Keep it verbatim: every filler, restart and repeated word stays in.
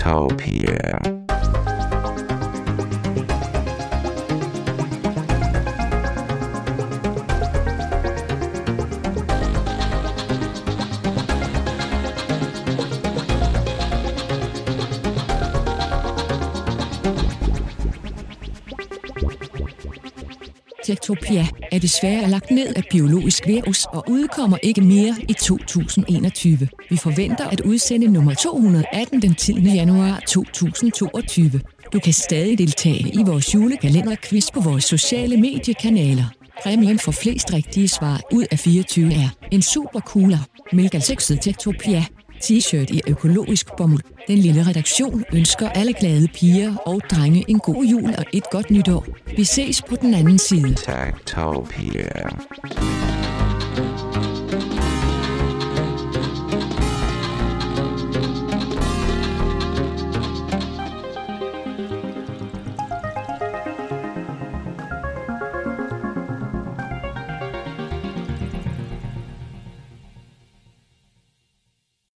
Techtopia. Techtopia er desværre lagt ned af biologisk virus og udkommer ikke mere i to tusind enogtyve. Vi forventer at udsende nummer to hundrede og atten den tiende januar to tusind toogtyve. Du kan stadig deltage i vores julekalenderquiz på vores sociale mediekanaler. Præmien for flest rigtige svar ud af fireogtyve er en supercooler, mælkesekset Techtopia, t-shirt i økologisk bomuld. Den lille redaktion ønsker alle glade piger og drenge en god jul og et godt nytår. Vi ses på den anden side. Techtopia.